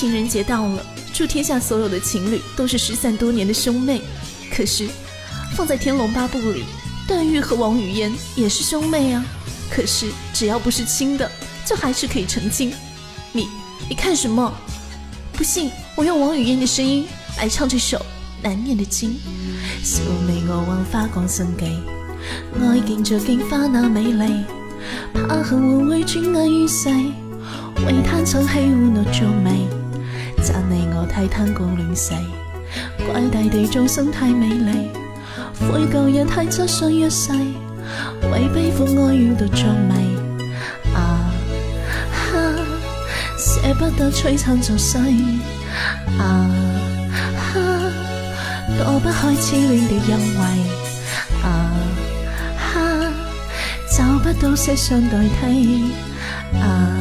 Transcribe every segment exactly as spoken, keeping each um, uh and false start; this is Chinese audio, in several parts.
情人节到了，祝天下所有的情侣都是失散多年的兄妹。可是放在《天龙八部》里，段誉和王语嫣也是兄妹啊。可是只要不是亲的，就还是可以成亲。你你看什么？不信我用王语嫣的聲音來唱這首難念的經。笑你我枉花光心機，愛見着鏡花那美麗，怕恨會會轉眼於世，為貪搶喜惡樂做媚，讚你我太貪功亂世，怪大地眾生太美麗，悔舊日太執想約誓，為悲苦哀怨獨作迷。啊哈，捨不得璀璨俗世，啊哈，躲不開痴戀的幽wei，啊哈，找不到色相代替，啊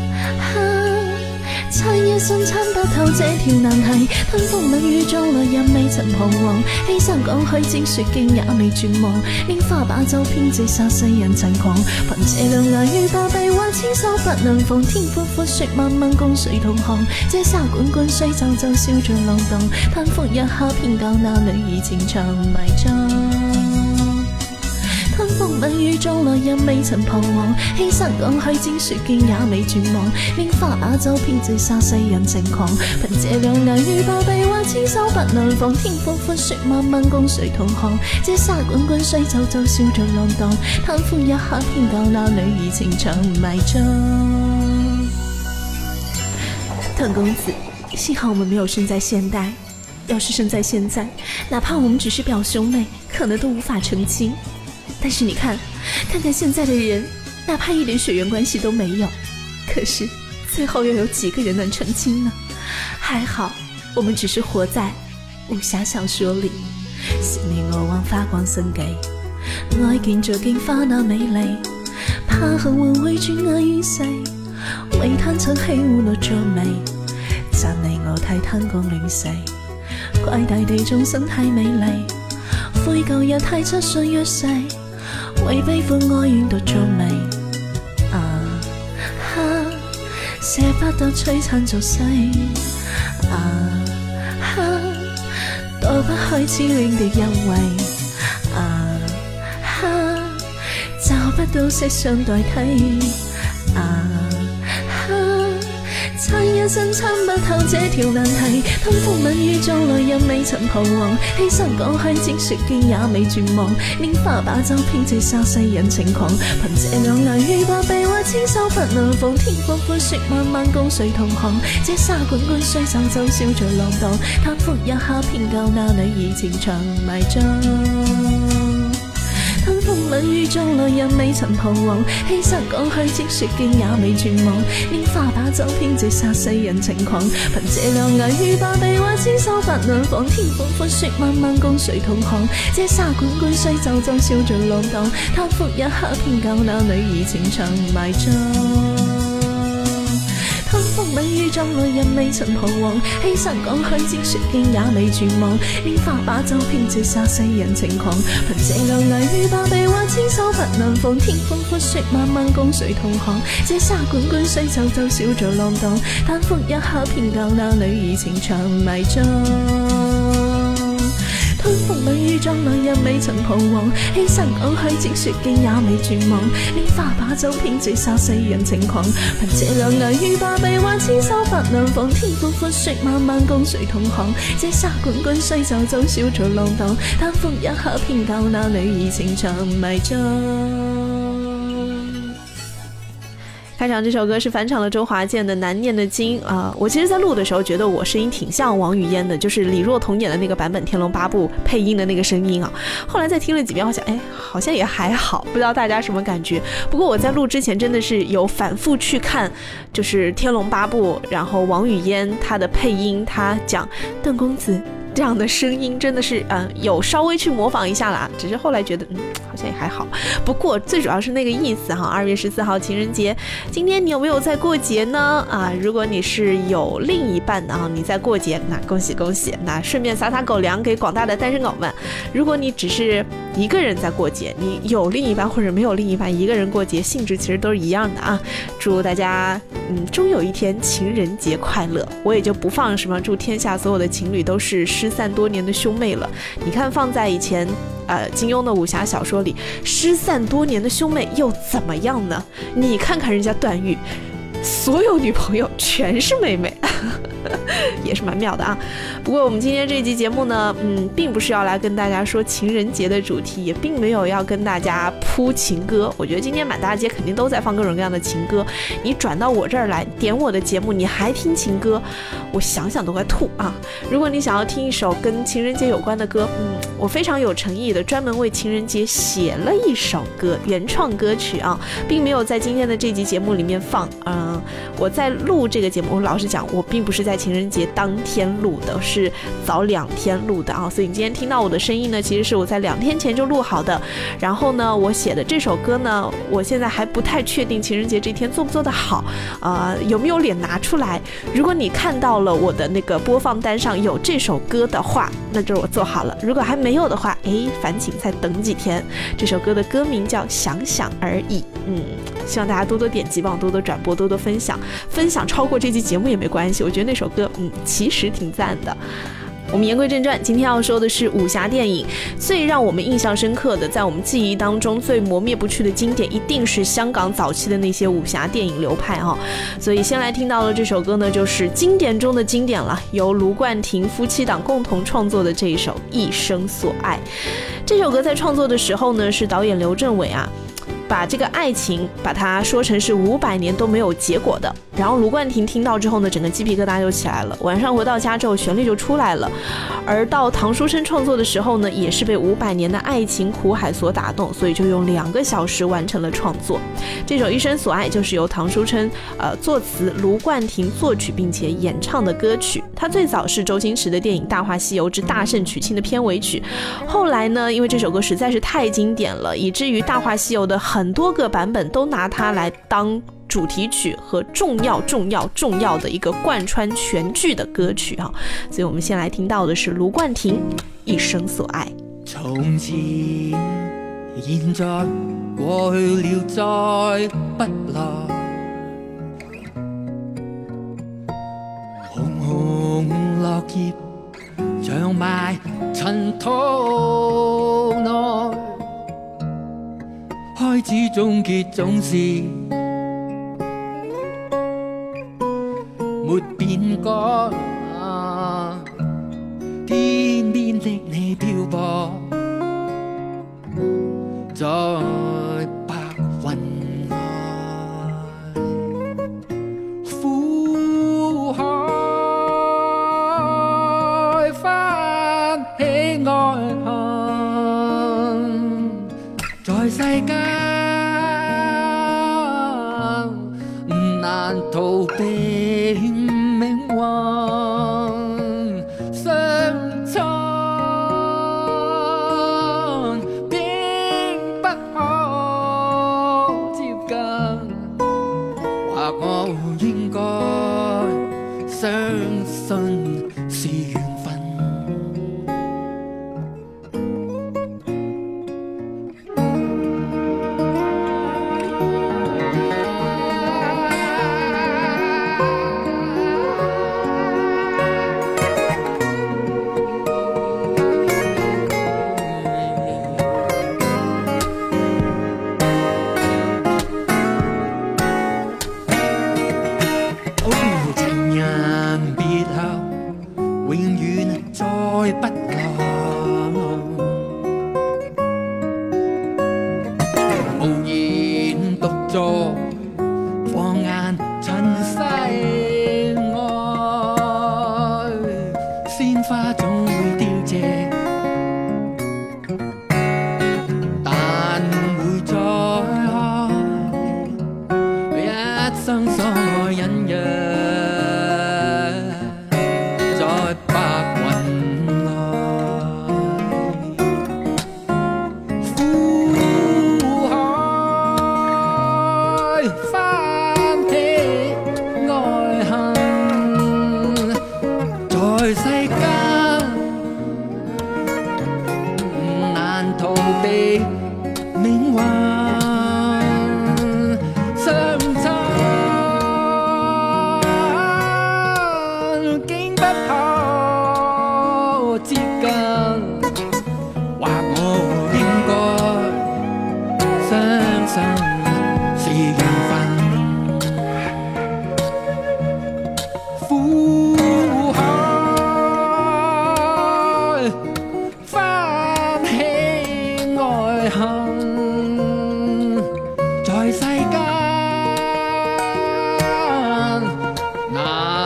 差一生參不透這條難題，吞風吻雨中來也未曾彷徨，犧牲講虛驚雪徑也未絕望，拈花把酒偏借殺世人情狂，憑這兩眼與巴閉或千手不能防，天闊闊雪漫漫共誰同行，這沙滾滾水皺皺笑着浪蕩，貪歡一刻偏教那女兒情長迷障。吞風吻雨中來也未曾彷徨，犧牲講虛驚雪徑也未絕望，拈花把酒偏借殺世人情狂，憑這兩眼與巴閉或千手不能防，天闊闊雪漫漫共誰同行，這沙滾滾水皺皺笑着浪蕩，貪歡一刻偏教那女兒情長迷障。段公子，幸好我們沒有生在現代，要是生在現在，哪怕我們只是表兄妹，可能都無法成親。但是你看看看現在的人，哪怕一點血緣關係都沒有，可是最後又有幾個人能成親呢？還好我們只是活在武俠小說裡。是你我枉花光心機，愛見着鏡花那美麗，怕恨會會轉眼於世，為貪搶喜惡樂作媚，讚你我太貪功亂世，怪大地眾生太美麗，悔舊日太執想約誓，為悲歡哀怨獨作媚，啊哈，捨不得璀璨俗世，啊哈，躲不開痴戀的幽wei，啊哈，找不到色相代替，啊哈，差一生參不透這條難題，吞風吻雨中來也未曾彷徨，犧牲講虛驚雪徑也未絕望，拈花把酒偏借殺世人情狂，憑這兩眼與巴閉或千手不能防，天闊闊雪漫漫共誰同行，這沙滾滾水皺皺笑着浪蕩，貪歡一刻偏教那女兒情長迷障。吞風吻雨中來也未曾彷徨，犧牲講虛驚雪徑也未絕望，拈花把酒偏借殺世人情狂，憑這兩眼與巴閉或千手不能防，天闊闊雪漫漫共誰同行，這沙滾滾水皺皺笑着浪蕩，貪歡一刻偏教那女兒情長迷障。吞風吻雨中來也未曾彷徨，犧牲講虛驚雪徑也未絕望，拈花把酒偏借殺世人情狂，憑這兩眼與巴閉或千手不能防，天闊闊雪漫漫共誰同行，這沙滾滾水皺皺笑着浪蕩，貪歡一刻偏教那女兒情長迷障。吞風吻雨中來也未曾彷徨，犧牲講虛驚雪徑也未絕望，拈花把酒偏借殺世人情狂，憑這兩眼與巴閉或千手不能防，天闊闊雪漫漫共誰同行，這沙滾滾水皺皺笑着浪蕩，貪歡一刻偏教那女兒情長迷障。開場這首歌是翻唱了周華健的《難念的經》啊、呃，我其實在錄的時候覺得我聲音挺像王語嫣的，就是李若彤演的那個版本《天龍八部》配音的那個聲音啊。後來再聽了幾遍，好像哎，好像也還好，不知道大家什麼感覺。不過我在錄之前真的是有反覆去看，就是《天龍八部》，然後王語嫣她的配音，她講段公子， 这样的声音真的是嗯有稍微去模仿一下啦，只是后来觉得嗯好像也还好。不过最主要是那个意思哈。二月十四号情人节，今天你有没有在过节呢？啊，如果你是有另一半的啊，你在过节，那恭喜恭喜，那顺便撒撒狗粮给广大的单身狗们。如果你只是一个人在过节，你有另一半或者没有另一半，一个人过节性质其实都是一样的啊。祝大家嗯终有一天情人节快乐。我也就不放什么祝天下所有的情侣都是失散多年的兄妹了。你看放在以前呃金庸的武侠小说里，失散多年的兄妹又怎么样呢？你看看人家段誉，所有女朋友全是妹妹也是蛮妙的啊。不过我们今天这期节目呢嗯，并不是要来跟大家说情人节的主题，也并没有要跟大家铺情歌。我觉得今天满大街肯定都在放各种各样的情歌，你转到我这儿来点我的节目你还听情歌，我想想都快吐啊。如果你想要听一首跟情人节有关的歌，嗯，我非常有诚意的专门为情人节写了一首歌，原创歌曲啊，并没有在今天的这集节目里面放。嗯，我在录这个节目，我老实讲我并不是在情人节当天录的，是早两天录的啊，所以你今天听到我的声音呢，其实是我在两天前就录好的。然后呢，我写的这首歌呢，我现在还不太确定情人节这天做不做得好，呃，有没有脸拿出来。如果你看到了我的那个播放单上有这首歌的话，那就是我做好了。如果还没有的话，哎，烦请再等几天。这首歌的歌名叫《想想而已》，嗯，希望大家多多点击，帮我多多转播，多多分享，分享超过这期节目也没关系。我觉得那首歌，嗯，其实挺赞的。我们言归正传，今天要说的是武侠电影。最让我们印象深刻的，在我们记忆当中最磨灭不去的经典，一定是香港早期的那些武侠电影流派哈。所以先来听到的这首歌呢，就是经典中的经典了，由卢冠廷夫妻档共同创作的这一首《一生所爱》。这首歌在创作的时候呢，是导演刘镇伟啊，把这个爱情把它说成是五百年都没有结果的。然后卢冠廷听到之后呢，整个鸡皮疙瘩就起来了。晚上回到家之后，旋律就出来了。而到唐书琛创作的时候呢，也是被五百年的爱情苦海所打动，所以就用两个小时完成了创作。这首《一生所爱》就是由唐书琛呃作词，卢冠廷作曲并且演唱的歌曲。它最早是周星驰的电影《大话西游之大圣娶亲》的片尾曲。后来呢，因为这首歌实在是太经典了，以至于《大话西游》的很多个版本都拿它来当主题曲和重要重要重要的一个贯穿全剧的歌曲啊，所以我们先来听到的是卢冠廷《一生所愛》。 從前現在過去了再不來，紅紅落葉長埋塵土內，開始終結總是沒變改，天邊的你漂泊在白雲外，苦海翻起愛恨，在世間難逃避命運相親，並不可接近，或我應該相信是緣分。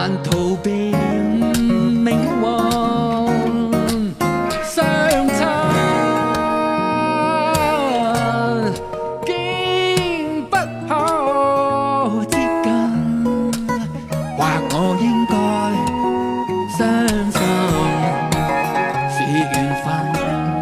难逃避命運相親，竟不可接近，或我應該相信是緣分。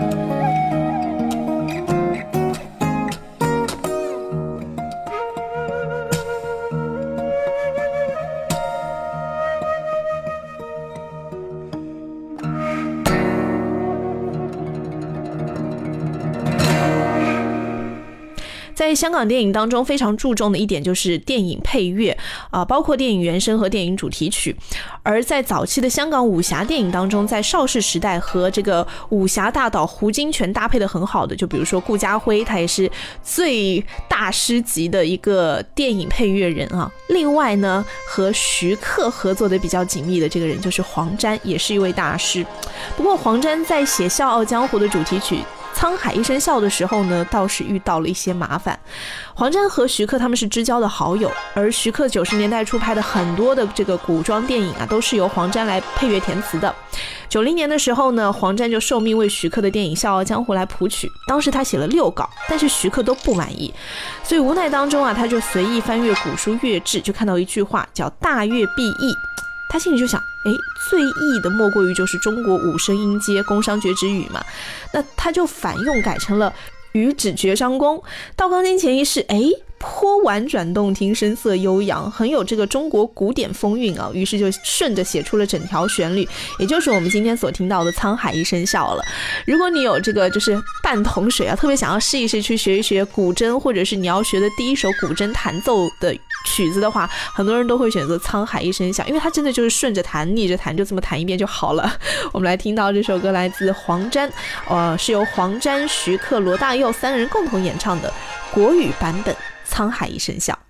在香港电影当中非常注重的一点就是电影配乐啊、呃，包括电影原声和电影主题曲。而在早期的香港武侠电影当中，在邵氏时代和这个武侠大导胡金铨搭配的很好的，就比如说顾嘉辉，他也是最大师级的一个电影配乐人啊。另外呢，和徐克合作的比较紧密的这个人就是黄沾，也是一位大师。不过黄沾在写《笑傲江湖》的主题曲《沧海一声笑》的时候呢，倒是遇到了一些麻烦。黄沾和徐克他们是知交的好友，而徐克九十年代初拍的很多的这个古装电影啊，都是由黄沾来配乐填词的。九零年的时候呢，黄沾就受命为徐克的电影《笑傲江湖》来谱曲，当时他写了六稿，但是徐克都不满意，所以无奈当中啊，他就随意翻阅古书乐志，就看到一句话叫“大乐必易”。他心里就想，诶，最易的莫过于就是中国五声音阶宫商角徵羽嘛，那他就反用改成了羽指绝商宫。到钢琴前一试，诶，颇婉转动听，声色悠扬，很有这个中国古典风韵啊，于是就顺着写出了整条旋律，也就是我们今天所听到的《沧海一声笑》了。如果你有这个就是半桶水啊，特别想要试一试去学一学古筝，或者是你要学的第一首古筝弹奏的曲子的话，很多人都会选择《沧海一声笑》，因为它真的就是顺着弹逆着弹，就这么弹一遍就好了。我们来听到这首歌来自黄沾，呃，是由黄沾、徐克、罗大佑三人共同演唱的国语版本《沧海一声笑》。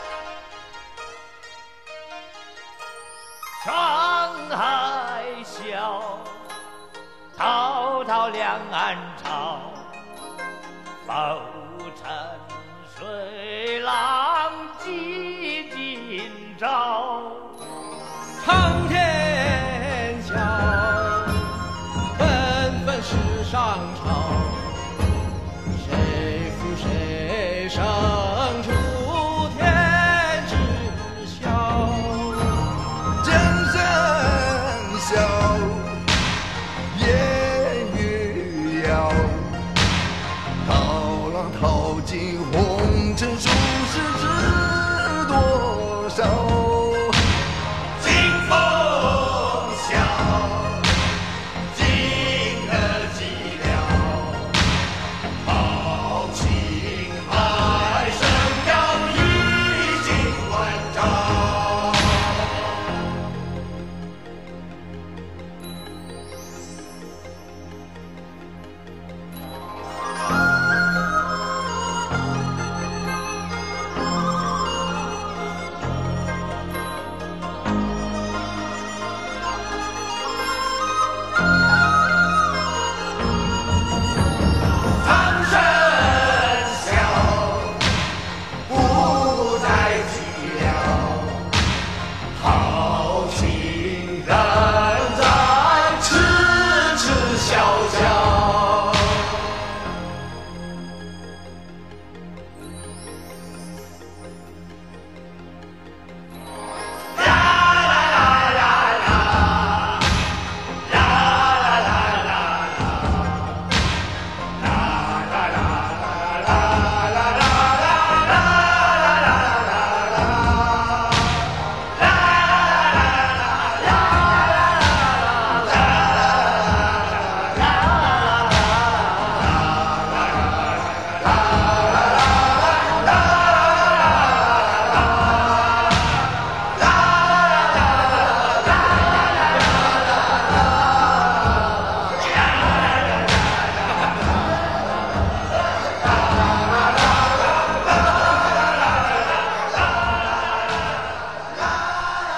沧海笑，滔滔两岸潮，浮沉水浪几今朝。 苍天笑，纷纷世上潮，谁负谁胜出天知晓。 江山笑，烟雨遥，涛浪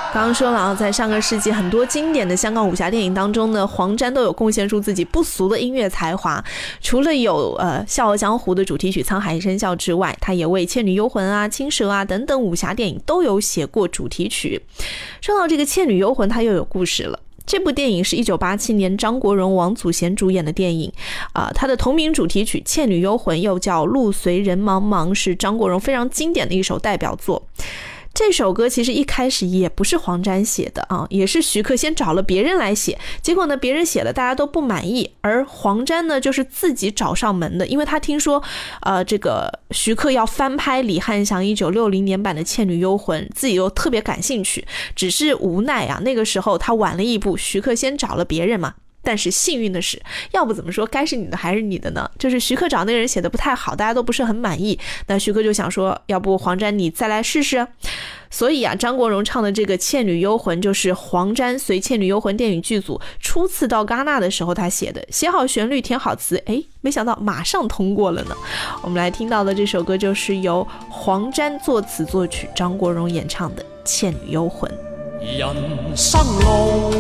刚刚说了啊，在上个世纪很多经典的香港武侠电影当中呢，黄沾都有贡献出自己不俗的音乐才华。除了有呃《笑傲江湖》的主题曲《沧海一声笑》之外，他也为《倩女幽魂》啊、《青蛇》啊等等武侠电影都有写过主题曲。说到这个《倩女幽魂》，它又有故事了。这部电影是一九八七年张国荣、王祖贤主演的电影，啊、呃，它的同名主题曲《倩女幽魂》又叫《路随人茫茫》，是张国荣非常经典的一首代表作。这首歌其实一开始也不是黄沾写的啊，也是徐克先找了别人来写，结果呢别人写了大家都不满意，而黄沾呢就是自己找上门的，因为他听说呃这个徐克要翻拍李翰祥一九六零年版的《倩女幽魂》，自己又特别感兴趣，只是无奈啊那个时候他晚了一步，徐克先找了别人嘛。但是幸运的是，要不怎么说该是你的还是你的呢？就是徐克找那个人写的不太好，大家都不是很满意，那徐克就想说，要不黄沾你再来试试。所以啊，张国荣唱的这个《倩女幽魂》就是黄沾随《倩女幽魂》电影剧组初次到戛纳的时候他写的，写好旋律填好词，哎，没想到马上通过了呢。我们来听到的这首歌就是由黄沾作词作曲，张国荣演唱的《倩女幽魂》。 人生路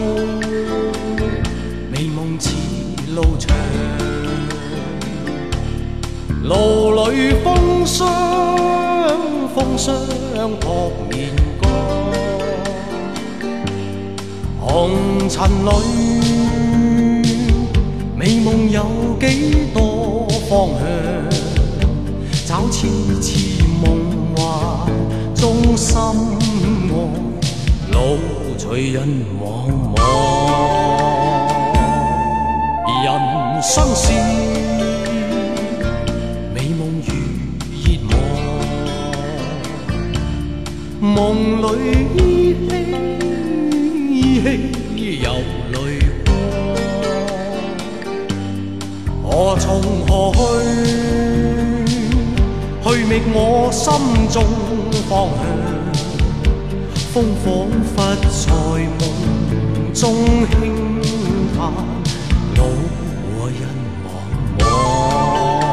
美夢似路長，路裏風霜，風霜撲面光，紅塵裏美夢有幾多方向，找次次夢幻中心愛，路隨人茫茫。人生是美夢如熱望，夢裏依稀依稀有淚光。我從何去？去覓我心中方向。風彷彿在夢中輕嘆。路和人茫茫，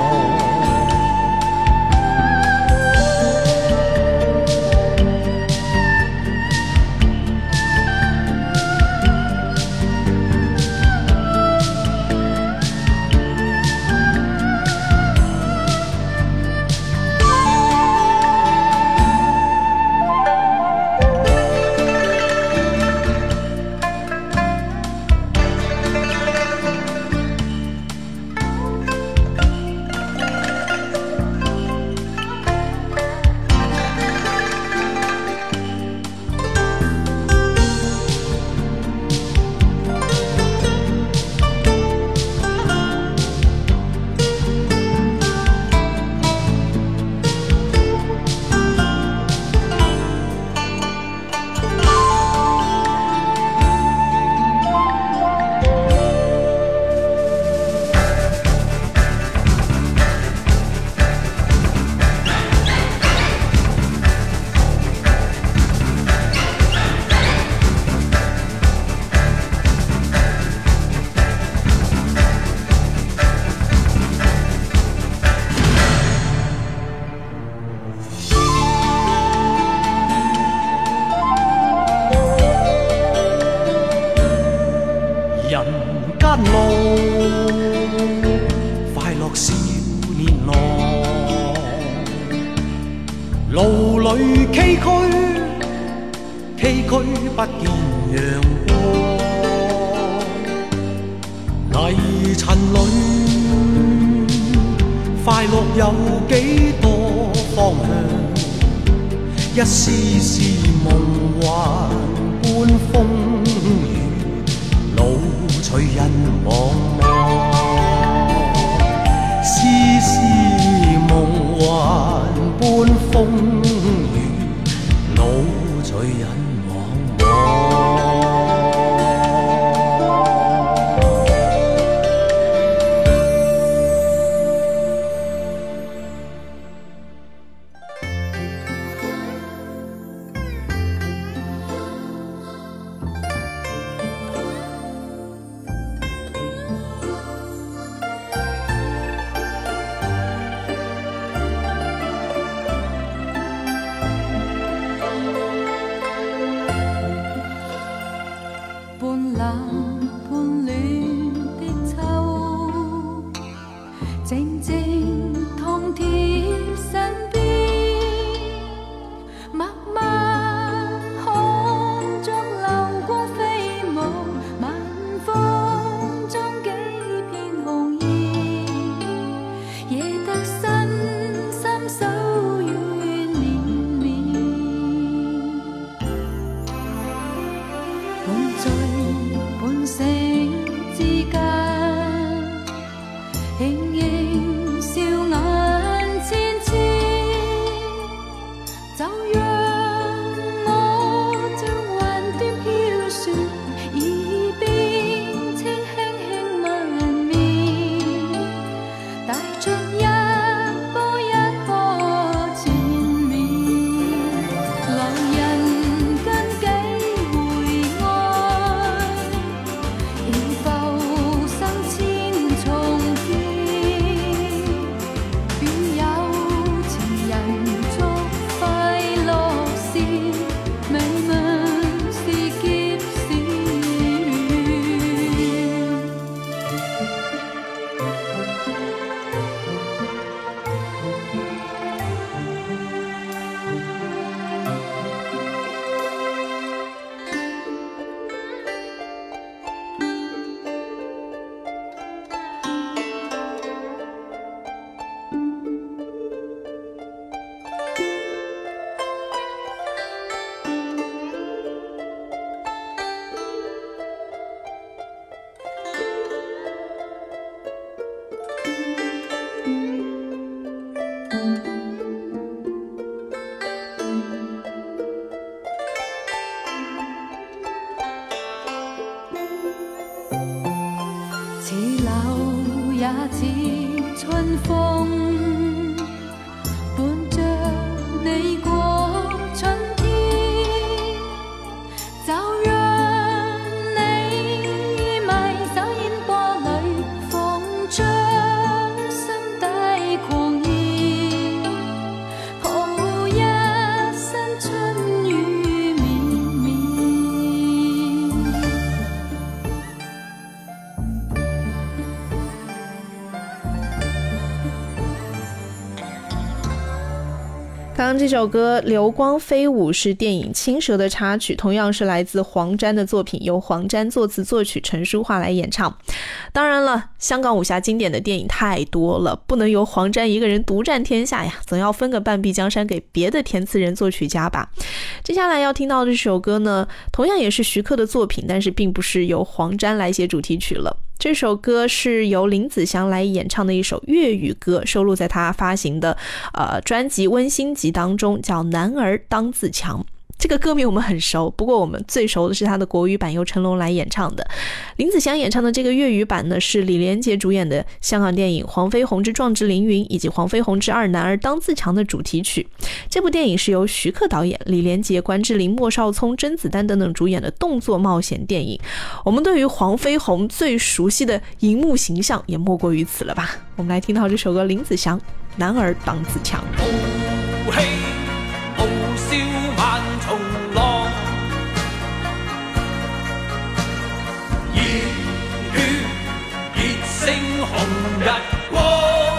路裏崎嶇，崎嶇不見陽光。泥塵裏，快樂有幾多方向？一絲絲夢幻般風雨，路隨人茫茫。絲絲夢幻般風雨，路隨人茫茫。 伴醉半醒之間，輕輕笑眼千千，就讓我將雲端飄雪，耳邊輕輕輕問面，帶着一波一波纏綿，兩人跟幾回愛，仍浮生千重見，便有情人作快樂事，美夢是劫事。似柳也似春風，伴着你過春天，就讓你於迷手煙波裏放將心底狂熱，抱一身春雨綿綿。 刚刚这首歌《流光飞舞》是电影《青蛇》的插曲，同样是来自黄沾的作品，由黄沾作词作曲，陈淑桦来演唱。当然了，香港武侠经典的电影太多了，不能由黄沾一个人独占天下呀，总要分个半壁江山给别的填词人作曲家吧。接下来要听到的这首歌呢，同样也是徐克的作品，但是并不是由黄沾来写主题曲了。这首歌是由林子祥来演唱的一首粤语歌，收录在他发行的呃专辑《温馨集》当中，叫《男儿当自强》。这个歌名我们很熟，不过我们最熟的是他的国语版，由成龙来演唱的。林子祥演唱的这个粤语版呢，是李连杰主演的香港电影《黄飞鸿之壮志凌云》以及《黄飞鸿之二男儿当自强》的主题曲。这部电影是由徐克导演，李连杰、关之琳、莫少聪、甄子丹等等主演的动作冒险电影。我们对于黄飞鸿最熟悉的荧幕形象也莫过于此了吧。我们来听到这首歌，林子祥《男儿当自強》。 傲笑萬重浪，熱血熱勝紅日光，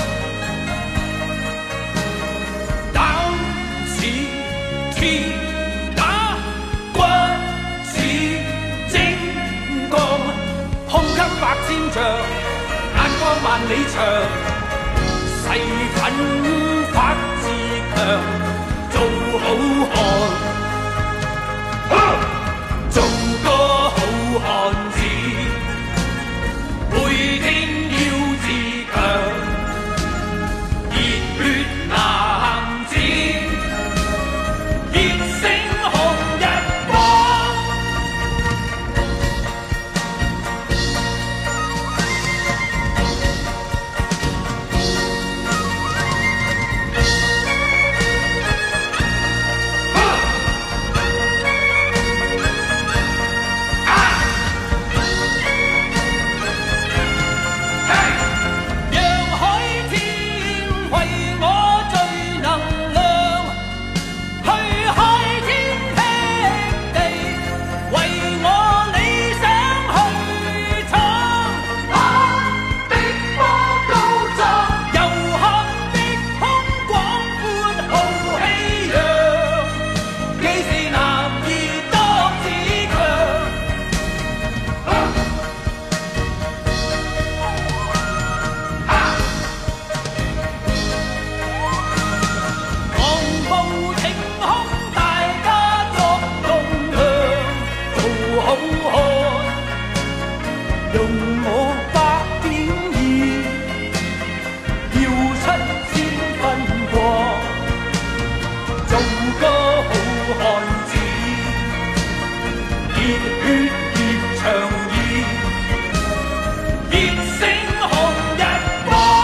膽似鐵打，骨似精鋼，胸襟百千丈，眼光萬里長，誓奮發自強。做好漢，做個好漢子，每天要自強，熱血男子，熱勝紅日光。 汉，用我百點意，要出千分過，做個好漢子，熱血熱腸意，熱星紅日光。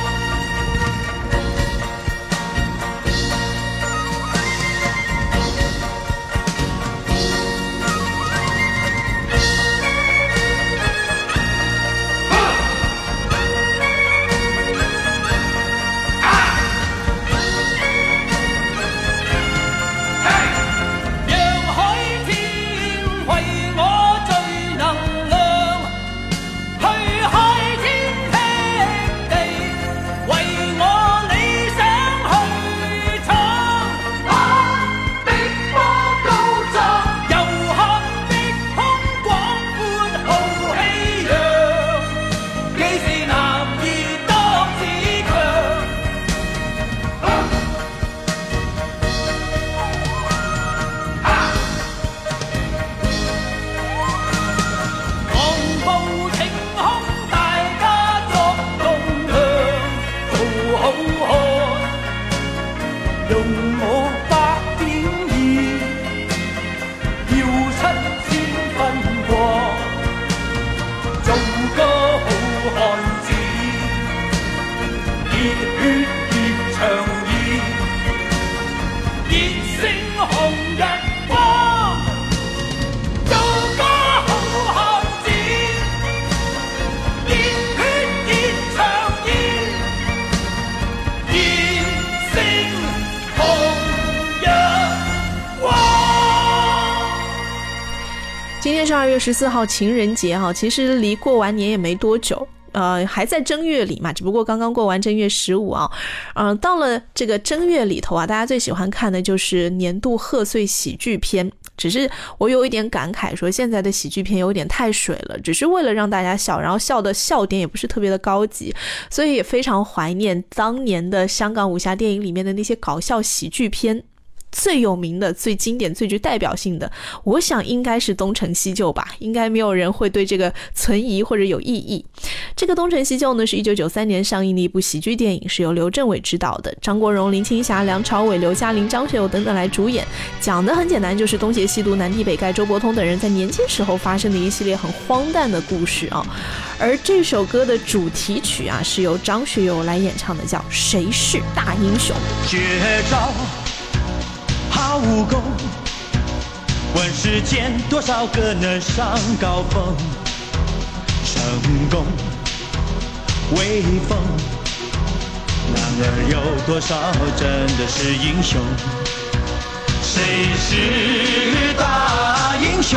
今天是二月十四号情人节哈，其实离过完年也没多久。呃，还在正月里嘛，只不过刚刚过完正月十五啊，嗯、呃，到了这个正月里头啊，大家最喜欢看的就是年度贺岁喜剧片。只是我有一点感慨，说现在的喜剧片有点太水了，只是为了让大家笑，然后笑的笑点也不是特别的高级，所以也非常怀念当年的香港武侠电影里面的那些搞笑喜剧片。最有名的、最经典、最具代表性的，我想应该是东成西就吧，应该没有人会对这个存疑或者有异议。这个东成西就呢，是一九九三年上映的一部喜剧电影，是由刘镇伟执导的，张国荣、林青霞、梁朝伟、刘嘉玲、张学友等等来主演。讲的很简单，就是东邪西毒、南帝北丐、周伯通等人在年轻时候发生的一系列很荒诞的故事啊。而这首歌的主题曲啊，是由张学友来演唱的，叫《谁是大英雄》。 绝招好武功，问世间多少个能上高峰？成功威风，然而有多少真的是英雄？谁是大英雄？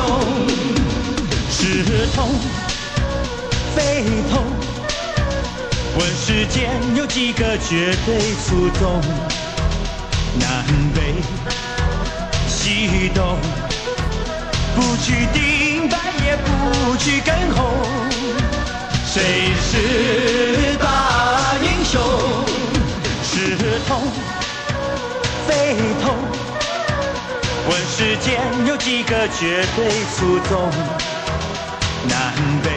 是痛非痛？问世间有几个绝对出众？南北西东，不去顶白也不去跟红。谁是大英雄？是痛非痛？问世间有几个绝对出众？南北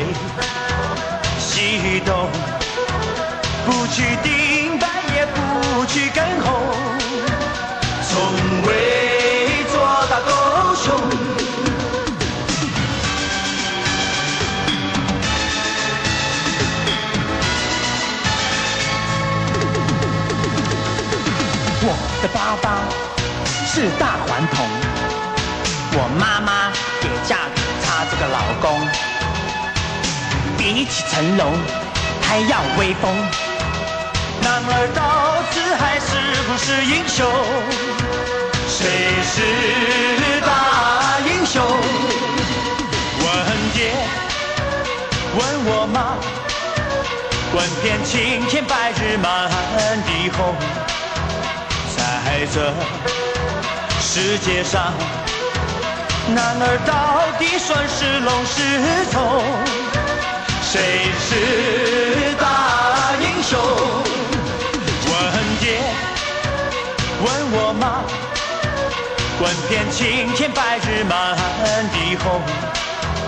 西东，不去顶白也不去跟红。从未做大狗熊， 我的爸爸是大顽童，我妈妈也嫁给他这个老公，比起成龙还要威风。 男儿到底还是不是英雄？谁是大英雄？问爹，问我妈，问遍青天白日满地红。在这世界上，男儿到底算是龙是虫？谁是大英雄？问爹，问我妈，问遍青天白日满地红。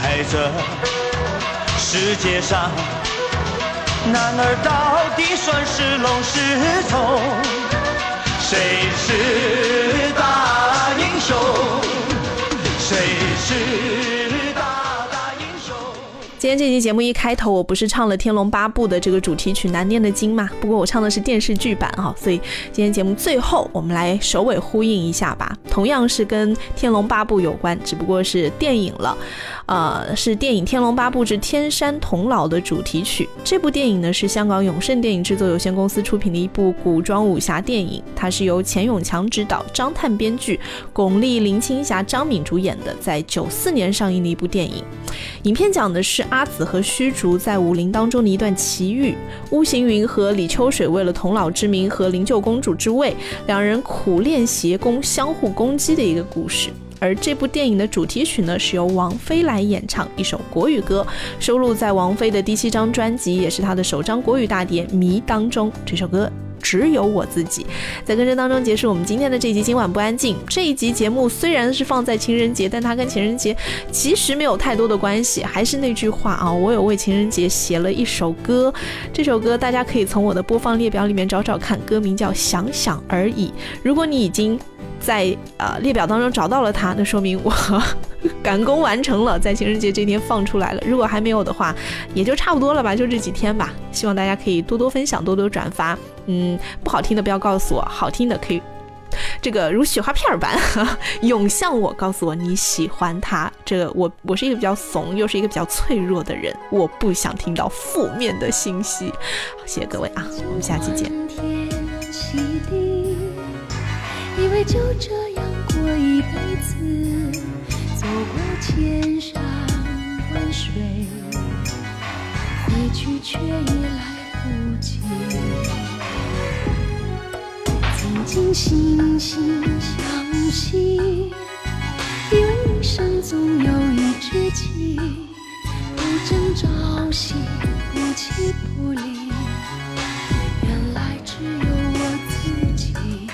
在这世界上，男儿到底算是龙是虫？谁是大英雄？谁是大大英雄？ 今天这期节目一开头，我不是唱了《天龙八部》的这个主题曲《难念的经》吗？不过我唱的是电视剧版哈，所以今天节目最后我们来首尾呼应一下吧。同样是跟《天龙八部》有关，只不过是电影了。呃，是电影《天龙八部之天山童姥》的主题曲。这部电影呢是香港永盛电影制作有限公司出品的一部古装武侠电影，它是由钱永强执导，张探编剧，巩俐、林青霞、张敏主演的，在九四年上映的一部电影。影片讲的是阿紫和虚竹在武林当中的一段奇遇。巫行云和李秋水为了童姥之名和灵鹫公主之位，两人苦练邪功，相互攻击的一个故事。而这部电影的主题曲呢，是由王菲来演唱，一首国语歌，收录在王菲的第七张专辑，也是她的首张国语大碟《迷》当中。这首歌只有我自己。在跟着当中结束我们今天的这一集今晚不安静。这一集节目虽然是放在情人节，但它跟情人节其实没有太多的关系。还是那句话啊，我有为情人节写了一首歌，这首歌大家可以从我的播放列表里面找找看，歌名叫《想想而已》。如果你已经在呃列表当中找到了它，那说明我赶工完成了，在情人节这天放出来了。如果还没有的话，也就差不多了吧，就这几天吧。希望大家可以多多分享，多多转发。嗯，不好听的不要告诉我，好听的可以这个如雪花片般涌向我，告诉我你喜欢它。这个我我是一个比较怂，又是一个比较脆弱的人，我不想听到负面的信息。好，谢谢各位啊，我们下期见。 以为就这样过一辈子，走过千山万水，回去却已来不及。曾经惺惺相惜，以为一生总有一知己，不争朝夕，不弃不离，原来只有我自己。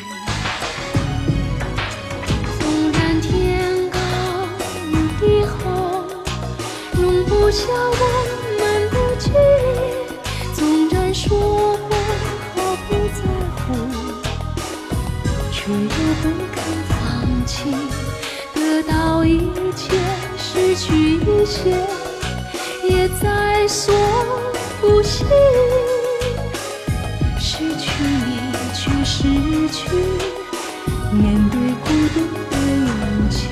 不下我们的距离，纵然说过毫不在乎，却又不肯放弃。得到一切，失去一些，也在所不惜。失去你，却失去面对孤独的勇气。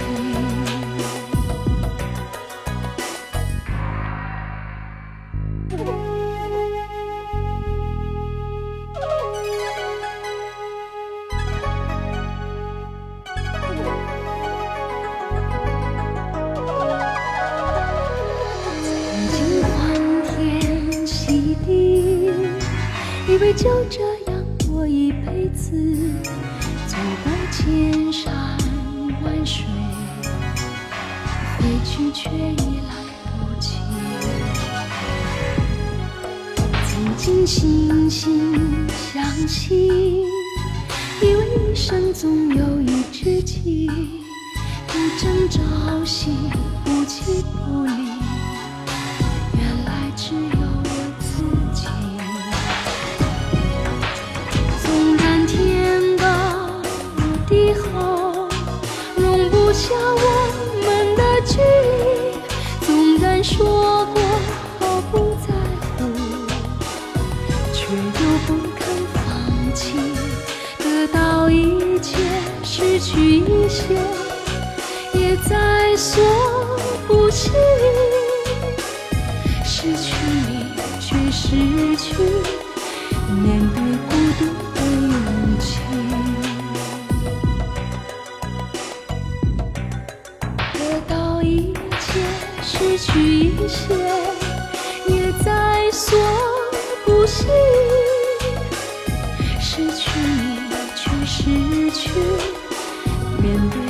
以为就这样过一辈子，走过千山万水，回去却已来不及。曾经惺惺相惜，以为一生总有一知己，不争朝夕，不弃不离，原来只有我自己。容不下我们的距离，纵然说过毫不在乎，却又不肯放弃。得到一切，失去一些，也在所不惜。失去你，却失去面对孤独的勇气。失去一些，也在所不惜。失去你，却失去面对